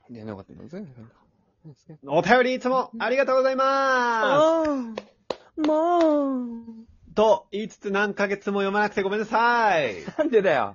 いや、よかったですね。 お便りいつもありがとうございまもう。 すと言いつつ何ヶ月も読まなくてごめんなさい。 なんでだよ。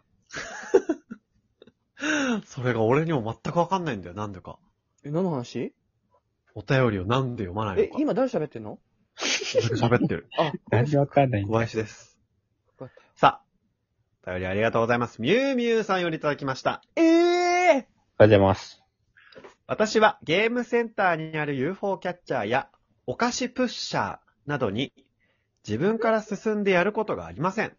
それが俺にも全くわかんないんだよ、なんでか。 何の話？ お便りをなんで読まないのか。 今誰喋ってんの？ 俺が喋ってる。 あ、 なんでわかんないん小だよ。 林です。 よかったさあ、お便りありがとうございます。みゆうみゆうさんよりいただきました。 ええおはようございます。 私はゲームセンターにある UFO キャッチャーやお菓子プッシャーなどに自分から進んでやることがありません。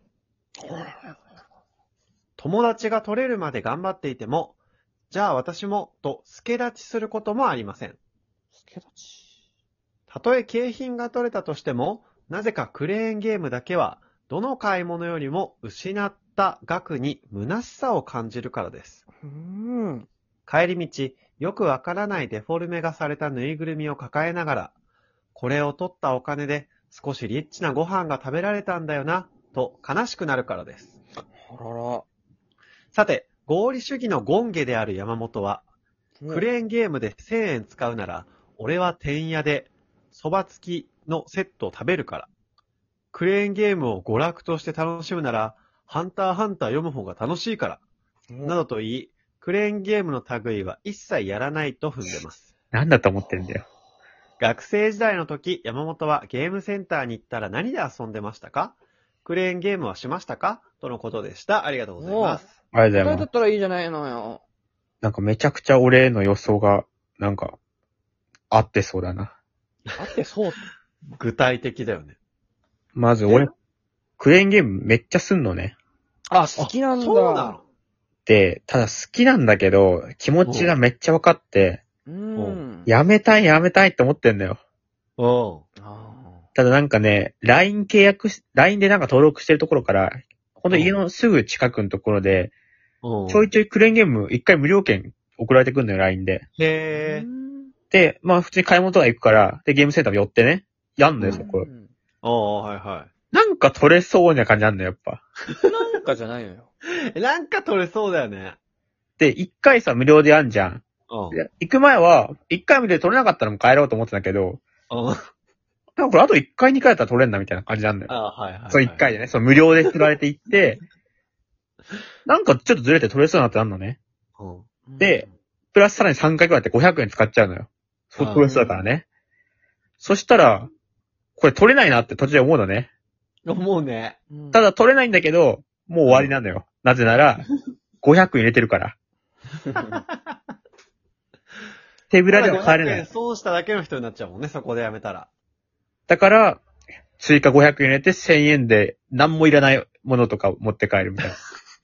友達が取れるまで頑張っていても、じゃあ私もと助立ちすることもありません。 助立ち。 たとえ景品が取れたとしても、なぜかクレーンゲームだけはどの買い物よりも失った額に虚しさを感じるからです。帰り道、よくわからないデフォルメがされたぬいぐるみを抱えながら、これを取ったお金で少しリッチなご飯が食べられたんだよな、と悲しくなるからです。 あらら。 さて、合理主義のゴンゲである山本は、クレーンゲームで1000円使うなら、俺は天屋で蕎麦付きのセットを食べるから。クレーンゲームを娯楽として楽しむなら、ハンターハンター読む方が楽しいから。などと言い、クレーンゲームの類は一切やらないと踏んでます。 なんだと思ってんだよ。 学生時代の時、山本はゲームセンターに行ったら何で遊んでましたか？クレーンゲームはしましたか？とのことでした。ありがとうございます。 ありがとうございます。 答えだったらいいじゃないのよ。 なんかめちゃくちゃ俺への予想が、なんか、合ってそうだな。 あってそう。 具体的だよね。 まず俺、クレーンゲームめっちゃすんのね。 あ、好きなんだ。 そうなの？ で、ただ好きなんだけど、気持ちがめっちゃ分かって、やめたいって思ってんだよ。ただなんかね、LINE でなんか登録してるところから、ほんと家のすぐ近くのところで、ちょいちょいクレーンゲーム一回無料券送られてくんのよ、LINE で。 へー。 で、まあ普通に買い物とか行くから、で、ゲームセンター寄ってね、やんのよ、そこ。 はいはなんか取れそうな感じなんだよ、やっぱ。 なんかじゃないのよ。 い。なんか取れそうだよね。 で、一回さ、無料でやんじゃん。で行く前は、一回無料で取れなかったらもう帰ろうと思ってたけど、なんかこれあと一回二回だったら取れんなみたいな感じなんだよ。 はいはい。 そう一回でね、そう無料で振られていって、なんかちょっとずれて取れそうなってなんのね。で、プラスさらに3回くらいって500円使っちゃうのよ。そう、取れそうだからね。そしたら、これ取れないなって途中で思うのね。 思うね。 ただ取れないんだけど、もう終わりなのよ。なぜなら、500円入れてるから。手ぶらでは帰れな 500円い。 損しただけの人になっちゃうもんね、そこでやめたら。 だから、追加500円入れて1000円で何もいらないものとかを持って帰るみたいな。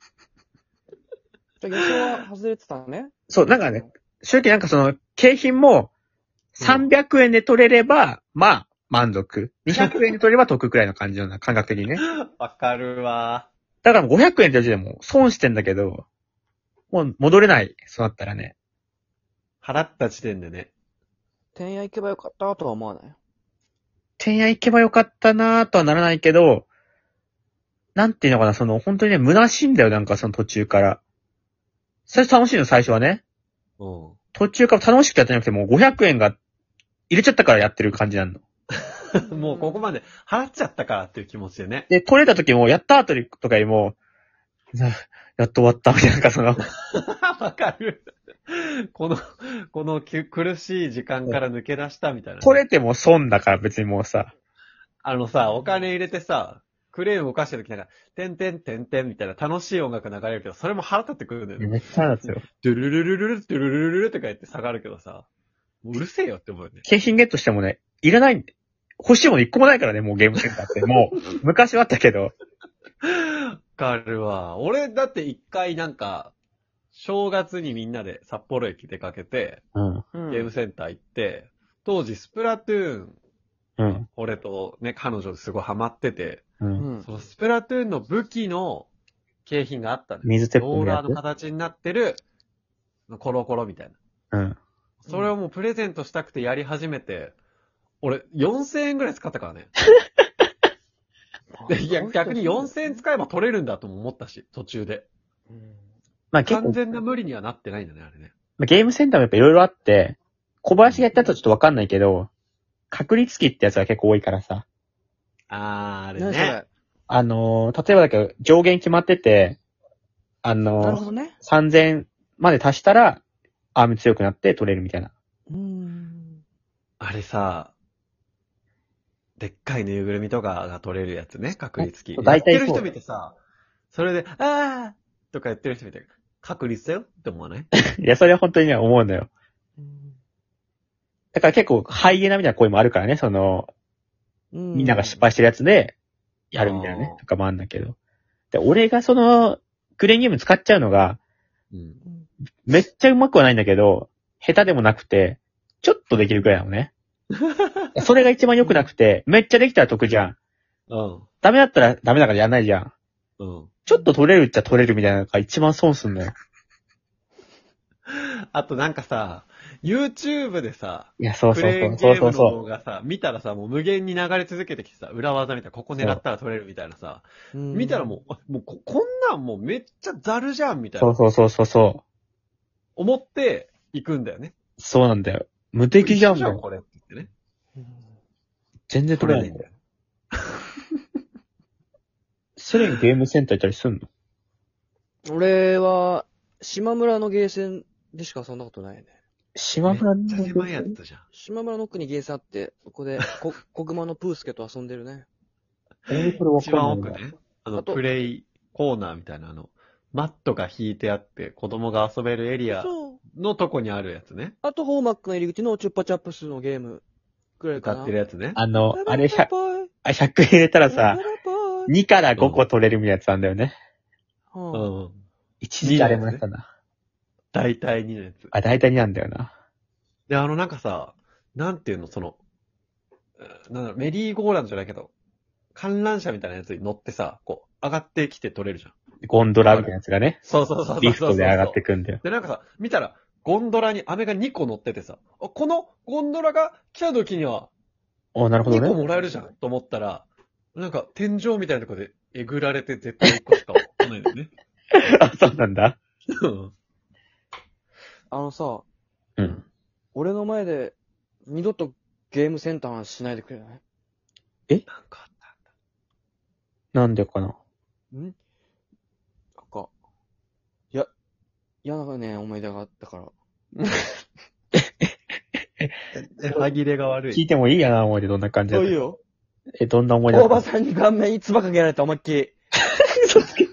じゃあ予想は外れてたね。 そう、なんかね、正直なんかその、景品も300円で取れれば、まあ、満足。200円で取れば得くらいの感じの感覚的にね。 わかるわ。 だからもう500円って時でも損してんだけど、もう戻れない。そうなったらね。 払った時点でね。 天屋行けばよかったとは思わない。 天屋行けばよかったなーとはならないけど、なんていうのかな、その、本当にね、虚しいんだよ、なんかその途中から。最初楽しいの、最初はね。途中から楽しくてやってなくてもう500円が入れちゃったからやってる感じなの。 もうここまで払っちゃったからっていう気持ちでね。 で、取れた時も、やった後とかよりも、やっと終わった、みたいな、なんかその。 わかる。この苦しい時間から抜け出したみたいな、ね。 取れても損だから別にもうさ。 お金入れてさ、クレーン動かしてる時なんか、てんてんてんてんみたいな楽しい音楽流れるけど、それも腹立ってくるんだよね。 めっちゃなんですよ。 ドゥルルルルルル、ドゥルルルルルとか言って下がるけどさ、もううるせえよって思うよね。 景品ゲットしてもね、いらない、欲しいもの一個もないからね、もうゲームセンターって。もう、昔はあったけど。 わかるわ。俺だって一回なんか、正月にみんなで札幌駅出かけて、ゲームセンター行って、当時スプラトゥーン、俺とね、彼女ですごいハマってて、そのスプラトゥーンの武器の景品があったのよ。 水鉄砲ローラーの形になってる、コロコロみたいな。それをもうプレゼントしたくてやり始めて、俺4000円ぐらい使ったからね。で、いや、逆に4000円使えば取れるんだとも思ったし、途中で。 まあ結構、 完全な無理にはなってないんだね、あれね。 ゲームセンターもやっぱいろいろあって、小林がやったとちょっとわかんないけど、確率機ってやつが結構多いからさ。 あれね。 何それ。 例えばだけど、上限決まってて、 なるほどね。 3000まで足したら、アーム強くなって取れるみたいな。 あれさ、でっかいぬいぐるみとかが取れるやつね、確率機。 大体そうやってる人見てさ、それで、あーとか言ってる人見て、確率だよって思わない？ いや、それは本当にね、思うんだよ。だから結構、ハイエナみたいな声もあるからね、みんなが失敗してるやつで、やるみたいなね、とかもあるんだけど。で、俺がクレーンゲーム使っちゃうのが、めっちゃ上手くはないんだけど、下手でもなくて、ちょっとできるくらいなのね。それが一番良くなくて、めっちゃできたら得じゃん。ダメだったらダメだからやんないじゃん。ちょっと取れるっちゃ取れるみたいなのが一番損すんのよ。 あとなんかさ、YouTube でさ、 いや、そうクそうレーンゲームの動画さ、見たらさ、もう無限に流れ続けてきてさ、裏技みたいな、ここ狙ったら取れるみたいなさ、見たらもうこんなんもうめっちゃザルじゃんみたいな。 そう。 思って行くんだよね。 そうなんだよ。無敵じゃんもん。 これって言ってね。 全然取れないんだよ。セレンゲームセンター行ったりすんの？ 俺は、島村のゲーセンでしか遊んだことないね。 島村のめっちゃ狭いやつじゃん。 島村の奥にゲーセンあって、そこで、小熊のプースケと遊んでるね。 これわ一かんないな。 番奥ね。 あとプレイコーナーみたいなマットが引いてあって子供が遊べるエリアそう。 のとこにあるやつね。 あと、ホーマックの入り口のチュッパチャップスのゲームくらいかな。 歌ってるやつね。 あれ100入れたらさ、2から5個取れるみたいなやつなんだよね。一時期あれもやったな。 大体2のやつ。 大体2なんだよな。 で、なんかさ、なんていうの、メリーゴーランドじゃないけど、観覧車みたいなやつに乗ってさ、こう、上がってきて取れるじゃん。 ゴンドラみたいなやつがね。 そう。 リフトで上がってくんだよ。 で、なんかさ、見たら、ゴンドラに飴が2個乗っててさ、このゴンドラが来た時には、 なるほどね。 2個もらえるじゃんと思ったら、なんか天井みたいなとこでえぐられて絶対1個しか来ないんだよね。 そうなんだ。 さ、 俺の前で二度とゲームセンターはしないでくれない？ なんかあったんだ。 なんでかな。 なんか、嫌なね、思い出があったから。 歯切れが悪い。 聞いてもいいやな、思い出どんな感じだった？ そういうよ。 どんな思い出だった？ おばさんに顔面に唾かけられた思いっきり。 嘘つけ。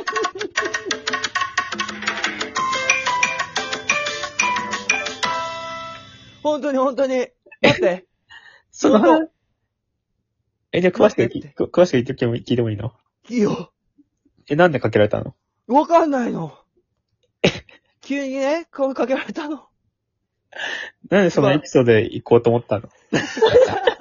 本当に。待って。 その本じゃあ詳しく聞いてもいいの？ いいよ。 なんでかけられたの？ わかんないの。急にね、声かけられたの。 なんでそのエピソードで行こうと思ったの？